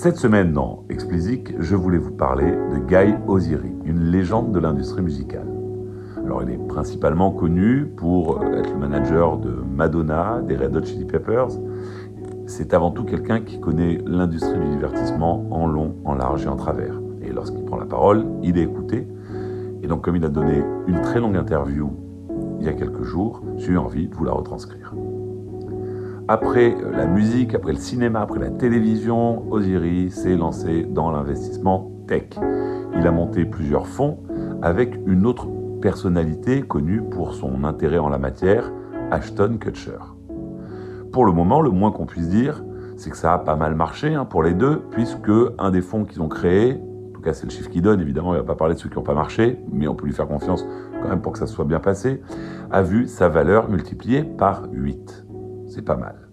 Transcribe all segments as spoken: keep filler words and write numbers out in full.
Cette semaine dans Explicit, je voulais vous parler de Guy Ozieri, une légende de l'industrie musicale. Alors il est principalement connu pour être le manager de Madonna, des Red Hot Chili Peppers. C'est avant tout quelqu'un qui connaît l'industrie du divertissement en long, en large et en travers. Et lorsqu'il prend la parole, il est écouté. Et donc comme il a donné une très longue interview il y a quelques jours, j'ai eu envie de vous la retranscrire. Après la musique, après le cinéma, après la télévision, Ozieri s'est lancé dans l'investissement tech. Il a monté plusieurs fonds avec une autre personnalité connue pour son intérêt en la matière, Ashton Kutcher. Pour le moment, le moins qu'on puisse dire, c'est que ça a pas mal marché hein, pour les deux, puisque un des fonds qu'ils ont créé, en tout cas c'est le chiffre qu'il donne, évidemment il ne va pas parler de ceux qui n'ont pas marché, mais on peut lui faire confiance quand même pour que ça se soit bien passé, a vu sa valeur multipliée par huit. C'est pas mal.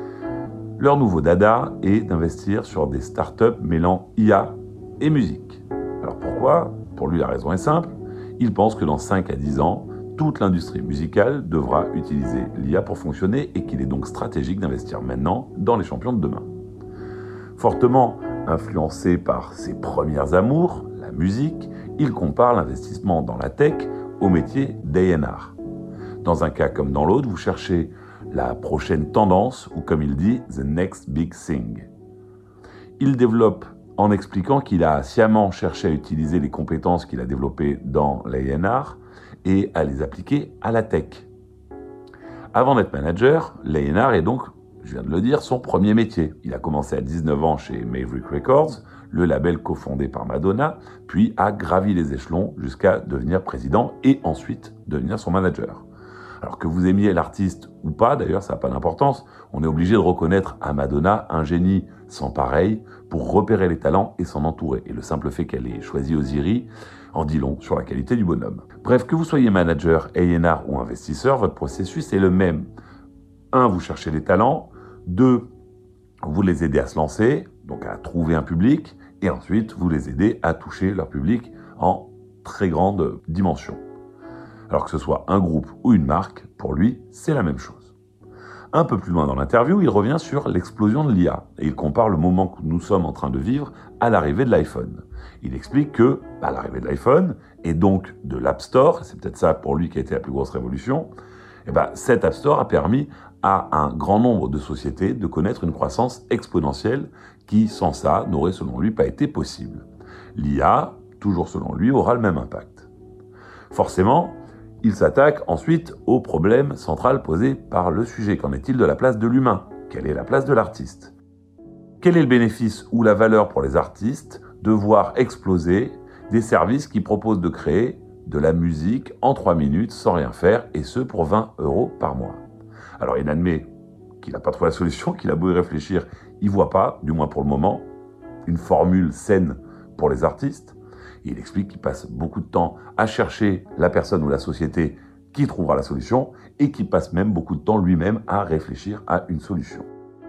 Leur nouveau dada est d'investir sur des startups mêlant I A et musique. Alors pourquoi ? Pour lui, la raison est simple. Il pense que dans cinq à dix ans, toute l'industrie musicale devra utiliser l'I A pour fonctionner et qu'il est donc stratégique d'investir maintenant dans les champions de demain. Fortement influencé par ses premières amours, la musique, il compare l'investissement dans la tech au métier d'A and R. Dans un cas comme dans l'autre, vous cherchez la prochaine tendance, ou comme il dit, the next big thing. Il développe en expliquant qu'il a sciemment cherché à utiliser les compétences qu'il a développées dans l'A and R et à les appliquer à la tech. Avant d'être manager, l'A and R est donc, je viens de le dire, son premier métier. Il a commencé à dix-neuf ans chez Maverick Records, le label cofondé par Madonna, puis a gravi les échelons jusqu'à devenir président et ensuite devenir son manager. Alors que vous aimiez l'artiste ou pas, d'ailleurs, ça n'a pas d'importance, on est obligé de reconnaître à Madonna un génie sans pareil pour repérer les talents et s'en entourer. Et le simple fait qu'elle ait choisi Ozieri en dit long sur la qualité du bonhomme. Bref, que vous soyez manager, A and R ou investisseur, votre processus est le même. Un, vous cherchez des talents. Deux, vous les aidez à se lancer, donc à trouver un public. Et ensuite, vous les aidez à toucher leur public en très grande dimension. Alors que ce soit un groupe ou une marque, pour lui, c'est la même chose. Un peu plus loin dans l'interview, il revient sur l'explosion de l'I A et il compare le moment que nous sommes en train de vivre à l'arrivée de l'iPhone. Il explique que, à l'arrivée de l'iPhone, et donc de l'App Store, c'est peut-être ça pour lui qui a été la plus grosse révolution, et ben, cet App Store a permis à un grand nombre de sociétés de connaître une croissance exponentielle qui, sans ça, n'aurait selon lui pas été possible. L'I A, toujours selon lui, aura le même impact. Forcément, il s'attaque ensuite au problème central posé par le sujet. Qu'en est-il de la place de l'humain ? Quelle est la place de l'artiste ? Quel est le bénéfice ou la valeur pour les artistes de voir exploser des services qui proposent de créer de la musique en trois minutes sans rien faire, et ce pour vingt euros par mois ? Alors il admet qu'il n'a pas trouvé la solution, qu'il a beau y réfléchir, il ne voit pas, du moins pour le moment, une formule saine pour les artistes. Il explique qu'il passe beaucoup de temps à chercher la personne ou la société qui trouvera la solution et qu'il passe même beaucoup de temps lui-même à réfléchir à une solution.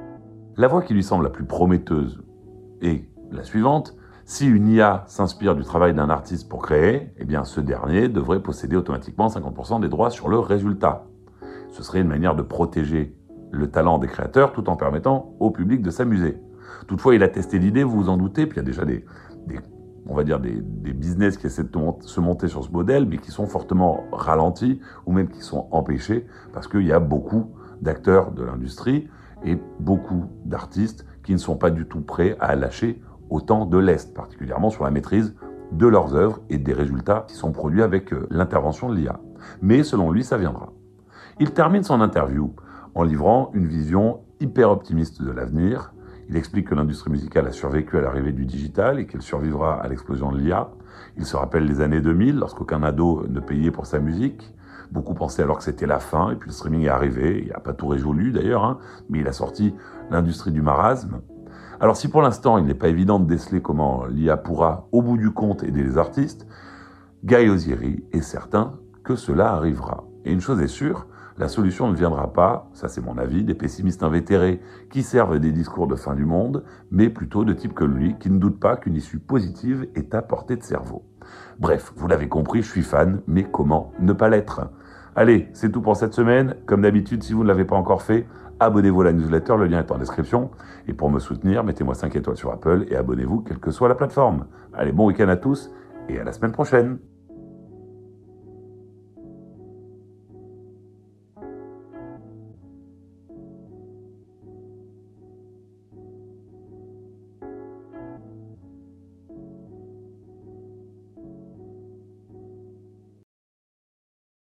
La voie qui lui semble la plus prometteuse est la suivante. Si une I A s'inspire du travail d'un artiste pour créer, eh bien ce dernier devrait posséder automatiquement cinquante pour cent des droits sur le résultat. Ce serait une manière de protéger le talent des créateurs tout en permettant au public de s'amuser. Toutefois, il a testé l'idée, vous vous en doutez, puis il y a déjà des, des on va dire des, des business qui essaient de se monter sur ce modèle, mais qui sont fortement ralentis ou même qui sont empêchés parce qu'il y a beaucoup d'acteurs de l'industrie et beaucoup d'artistes qui ne sont pas du tout prêts à lâcher autant de lest, particulièrement sur la maîtrise de leurs œuvres et des résultats qui sont produits avec l'intervention de l'I A. Mais selon lui, ça viendra. Il termine son interview en livrant une vision hyper optimiste de l'avenir. Il explique que l'industrie musicale a survécu à l'arrivée du digital et qu'elle survivra à l'explosion de l'I A. Il se rappelle les années deux mille, lorsqu'aucun ado ne payait pour sa musique. Beaucoup pensaient alors que c'était la fin, et puis le streaming est arrivé. Il n'a pas tout résolu d'ailleurs, hein, mais il a sorti l'industrie du marasme. Alors si pour l'instant il n'est pas évident de déceler comment l'I A pourra, au bout du compte, aider les artistes, Guy Ozieri est certain que cela arrivera. Et une chose est sûre, la solution ne viendra pas, ça c'est mon avis, des pessimistes invétérés qui servent des discours de fin du monde, mais plutôt de types comme lui, qui ne doutent pas qu'une issue positive est à portée de cerveau. Bref, vous l'avez compris, je suis fan, mais comment ne pas l'être ? Allez, c'est tout pour cette semaine. Comme d'habitude, si vous ne l'avez pas encore fait, abonnez-vous à la newsletter, le lien est en description. Et pour me soutenir, mettez-moi cinq étoiles sur Apple et abonnez-vous, quelle que soit la plateforme. Allez, bon week-end à tous et à la semaine prochaine.